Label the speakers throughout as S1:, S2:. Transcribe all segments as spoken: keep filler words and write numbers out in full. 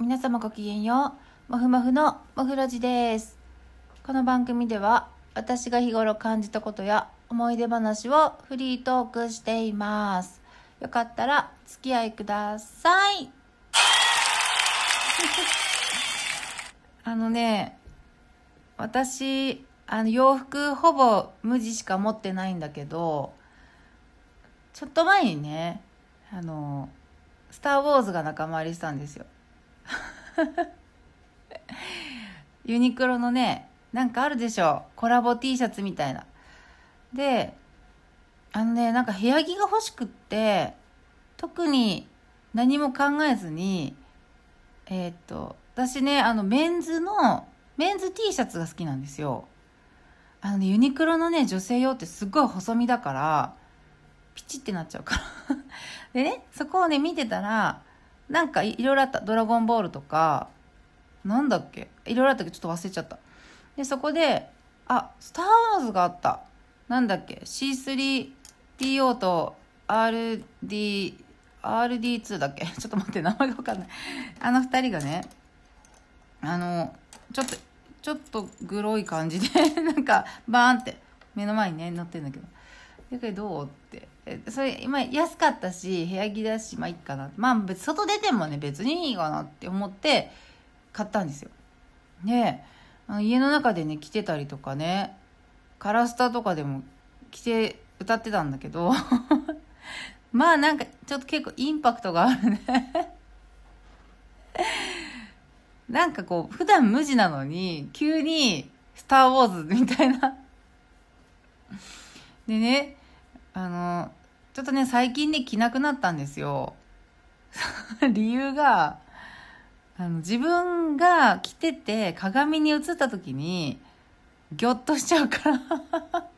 S1: 皆様ごきげんよう。もふもふのもふらじです。この番組では私が日頃感じたことや思い出話をフリートークしています。よかったら付き合いください。あのね、私あの洋服ほぼ無地しか持ってないんだけど、ちょっと前にね、あのスター・ウォーズが仲間入りしたんですよ。ユニクロのね、なんかあるでしょ、コラボ T シャツみたいな。で、あのね、なんか部屋着が欲しくって、特に何も考えずに、えー、っと私ね、あのメンズのメンズ T シャツが好きなんですよ。あのね、ユニクロのね、女性用ってすっごい細身だからピチってなっちゃうからでね、そこをね見てたら、なんかいろいろあった。ドラゴンボールとか、なんだっけ、いろいろあったけどちょっと忘れちゃった。でそこで、あ、スター・ウォーズがあった。なんだっけ、 シースリーティーオー と アールディー アールディーツー だっけちょっと待って、名前が分かんない。あの二人がね、あのちょっとちょっとグロい感じでなんかバーンって目の前にね乗ってるんだけど、だけどどうって、それ今安かったし部屋着だし、まあいいかな、まあ別外出てもね別にいいかなって思って買ったんですよ。で、あの家の中でね着てたりとかね、カラスタとかでも着て歌ってたんだけどまあなんかちょっと結構インパクトがあるねなんかこう普段無地なのに急にスター・ウォーズみたいなでね、あのちょっとね最近ね着なくなったんですよ理由が、あの自分が着てて鏡に映った時にギョッとしちゃうから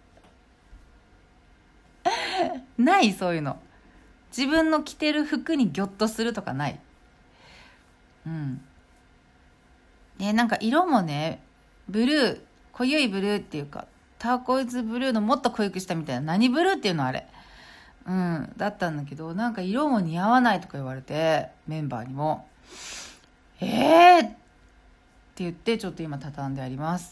S1: ないそういうの。自分の着てる服にギョッとするとかない。うんね、なんか色もね、ブルー、濃ゆいブルーっていうかターコイズブルーのもっと濃ゆくしたみたいな、何ブルーっていうのあれ、うんだったんだけど、なんか色も似合わないとか言われて、メンバーにもえーって言って、ちょっと今畳んであります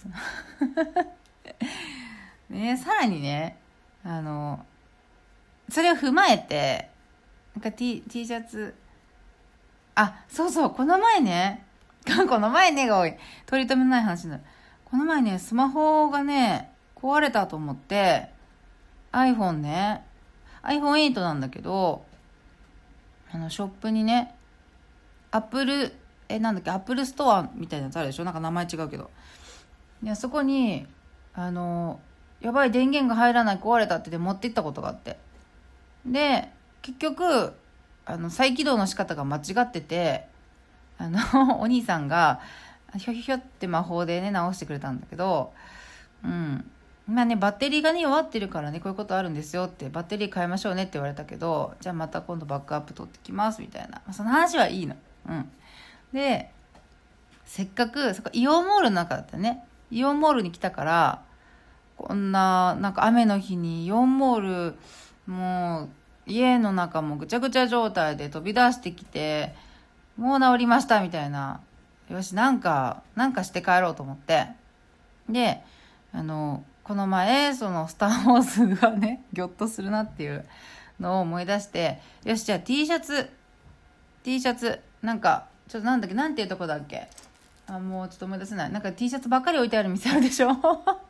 S1: ね、さらにね、あのそれを踏まえて、なんか T, T シャツ、あ、そうそう、この前ねこの前ねが多い、取り留めのない話になる。この前ね、スマホがね壊れたと思って、 iPhone ね アイフォンエイト なんだけど、あのショップにね、アップルえなんだっけアップルストアみたいなやつあるでしょ、なんか名前違うけど、いやそこにあのやばい電源が入らない、壊れたってで持って行ったことがあって、で結局あの再起動の仕方が間違ってて、あのお兄さんがひょひょひょって魔法でね直してくれたんだけど、うんまあね、バッテリーがね弱ってるからね、こういうことあるんですよって、バッテリー変えましょうねって言われたけど、じゃあまた今度バックアップ取ってきますみたいな、まあ、その話はいいの。うんで、せっかくそこイオンモールの中だったね、イオンモールに来たから、こんななんか雨の日にイオンモール、もう家の中もぐちゃぐちゃ状態で飛び出してきて、もう治りましたみたいな、よしなんかなんかして帰ろうと思って、であのこの前そのスター・ウォーズがねギョッとするなっていうのを思い出して、よしじゃあ T シャツ T シャツなんかちょっとなんだっけ、なんていうとこだっけ、あもうちょっと思い出せない。なんか T シャツばっかり置いてある店あるでしょ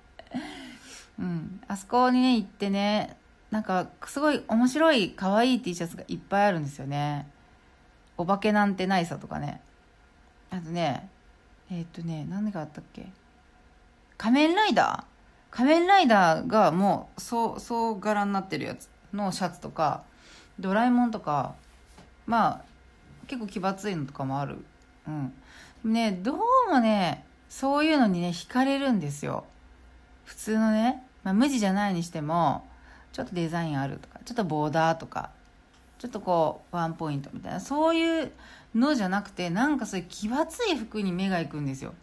S1: うんあそこにね行ってね、なんかすごい面白い可愛い T シャツがいっぱいあるんですよね。お化けなんてないさとかね、あとね、えー、っとね何があったっけ、仮面ライダー仮面ライダーがもうそうそう柄になってるやつのシャツとか、ドラえもんとか、まあ結構奇抜いのとかもある。うんね、どうもねそういうのにね惹かれるんですよ。普通のね、まあ、無地じゃないにしてもちょっとデザインあるとか、ちょっとボーダーとか、ちょっとこうワンポイントみたいな、そういうのじゃなくて、なんかそういう奇抜い服に目が行くんですよ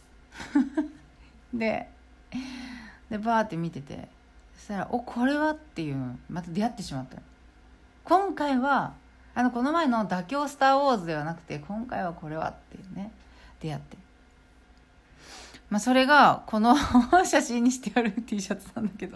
S1: ででバーって見てて、そしたらおこれはっていうのまた出会ってしまった。今回はあのこの前の妥協スターウォーズではなくて、今回はこれはっていうね、出会って、まあそれがこの写真にしてある T シャツなんだけど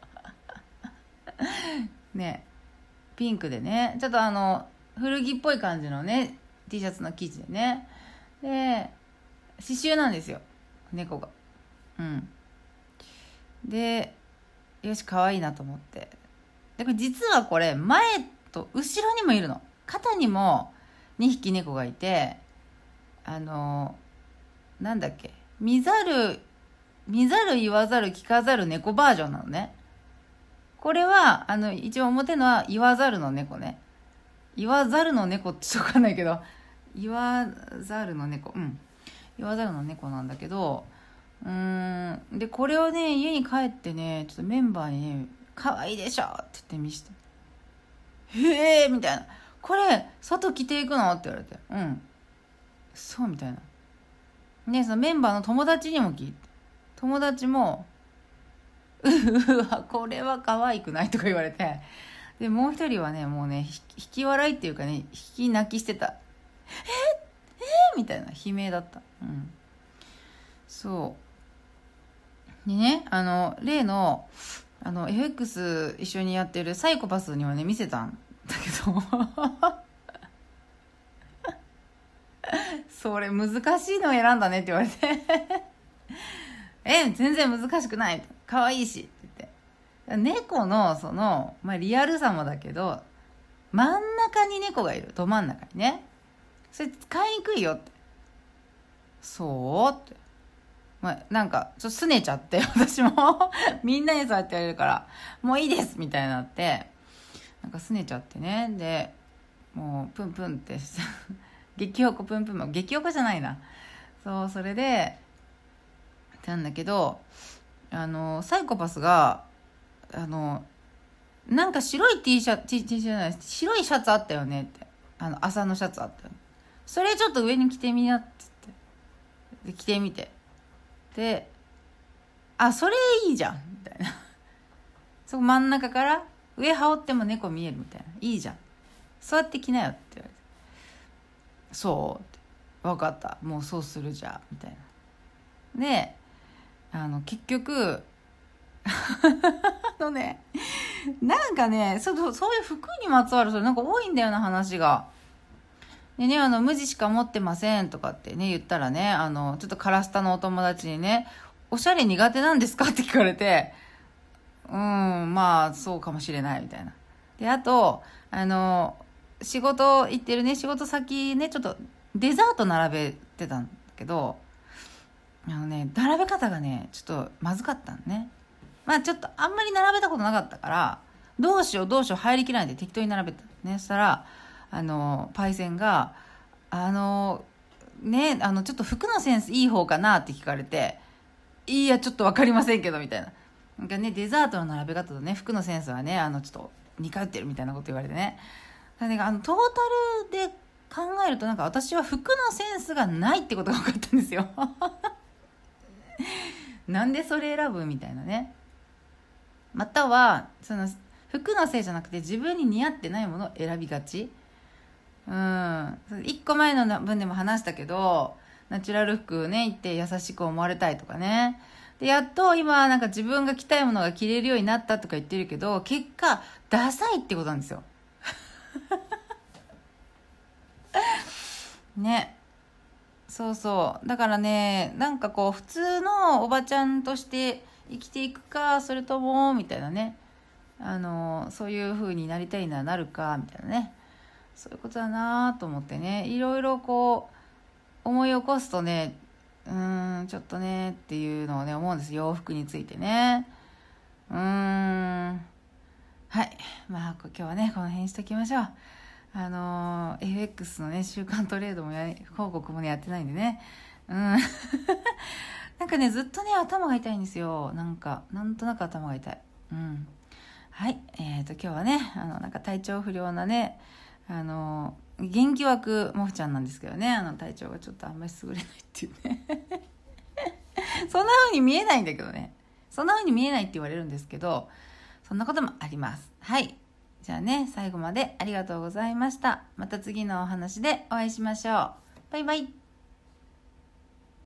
S1: ね、ピンクでね、ちょっとあの古着っぽい感じのね T シャツの生地でね、で刺繍なんですよ、猫が。うんで、よし可愛いなと思って、でこれ実はこれ前と後ろにもいるの、肩にもにひき猫がいて、あのなんだっけ、見ざる見ざる言わざる聞かざる猫バージョンなのね。これはあの一応表のは言わざるの猫ね、言わざるの猫ってちょっと分かんないけど、言わざるの猫、うん言わざるの猫なんだけど、うーんでこれをね家に帰ってね、ちょっとメンバーにね可愛いでしょって言って見して、へえみたいな、これ外着ていくのって言われて、うんそうみたいなね、そのメンバーの友達にも聞いて、友達もうわこれは可愛くないとか言われて、でもう一人はねもうね引き笑いっていうかね、引き泣きしてた、ええー、みたいな悲鳴だった。うんそうでね、あの例のあの エフエックス 一緒にやってるサイコパスにはね見せたんだけどそれ難しいのを選んだねって言われてえ全然難しくない、可愛いしって言って、猫のその、まあ、リアルさもだけど、真ん中に猫がいる、ど真ん中にね、それ使いにくいよって、そうって、まあ、なんかちょっと拗ねちゃって私もみんなにそうやって言われるからもういいですみたいになって、なんか拗ねちゃってね、でもうプンプンって激おこプンプンも激おこじゃないな、そうそれでなんだけど、あのサイコパスがあのなんか白い T シャツ T シャツじゃない、白いシャツあったよねって、あの朝のシャツあったよね、それちょっと上に着てみなって言って、で着てみて、であそれいいじゃんみたいなそこ真ん中から上羽織っても猫見えるみたいな、いいじゃんそうやって着なよって言われて、そうって分かったもうそうするじゃんみたいなで、あの結局あのねなんかねそそういう服にまつわるそれなんか多いんだよな話が。でね、あの無地しか持ってませんとかってね言ったらね、あのちょっとカラスタのお友達にね、おしゃれ苦手なんですかって聞かれて、うんまあそうかもしれないみたいな。であとあの仕事行ってるね仕事先ね、ちょっとデザート並べてたんだけど、あのね並べ方がねちょっとまずかったのね。まあちょっとあんまり並べたことなかったから、どうしようどうしよう入りきらないで適当に並べたね。そしたらあのパイセンがあのねあのちょっと服のセンスいい方かなって聞かれて、いやちょっと分かりませんけどみたいな、なんかねデザートの並べ方とね服のセンスはねあのちょっと似通ってるみたいなこと言われてね、だからねあのトータルで考えるとなんか私は服のセンスがないってことが分かったんですよなんでそれ選ぶみたいなね。またはその服のせいじゃなくて自分に似合ってないものを選びがち。うんいっこまえの分でも話したけど、ナチュラル服ね行って優しく思われたいとかね、でやっと今なんか自分が着たいものが着れるようになったとか言ってるけど、結果ダサいってことなんですよね。そうそうだからね、なんかこう普通のおばちゃんとして生きていくか、それともみたいなね、あのそういう風になりたいならなるかみたいなね、そういうことだなと思ってね、いろいろこう思い起こすとね、うーんちょっとねっていうのをね思うんです、洋服についてね。うーんはいまあ今日はねこの辺にしときましょう。あの エフエックス のね週間トレードもや広告もねやってないんでね、うんなんかねずっとね頭が痛いんですよ、なんかなんとなく頭が痛い。うんはいえーと今日はねあのなんか体調不良なね、あの元気枠もふちゃんなんですけどね、あの体調がちょっとあんまり優れないっていうねそんな風に見えないんだけどね、そんな風に見えないって言われるんですけど、そんなこともあります。はいじゃあね、最後までありがとうございました。また次のお話でお会いしましょう。バイバイ。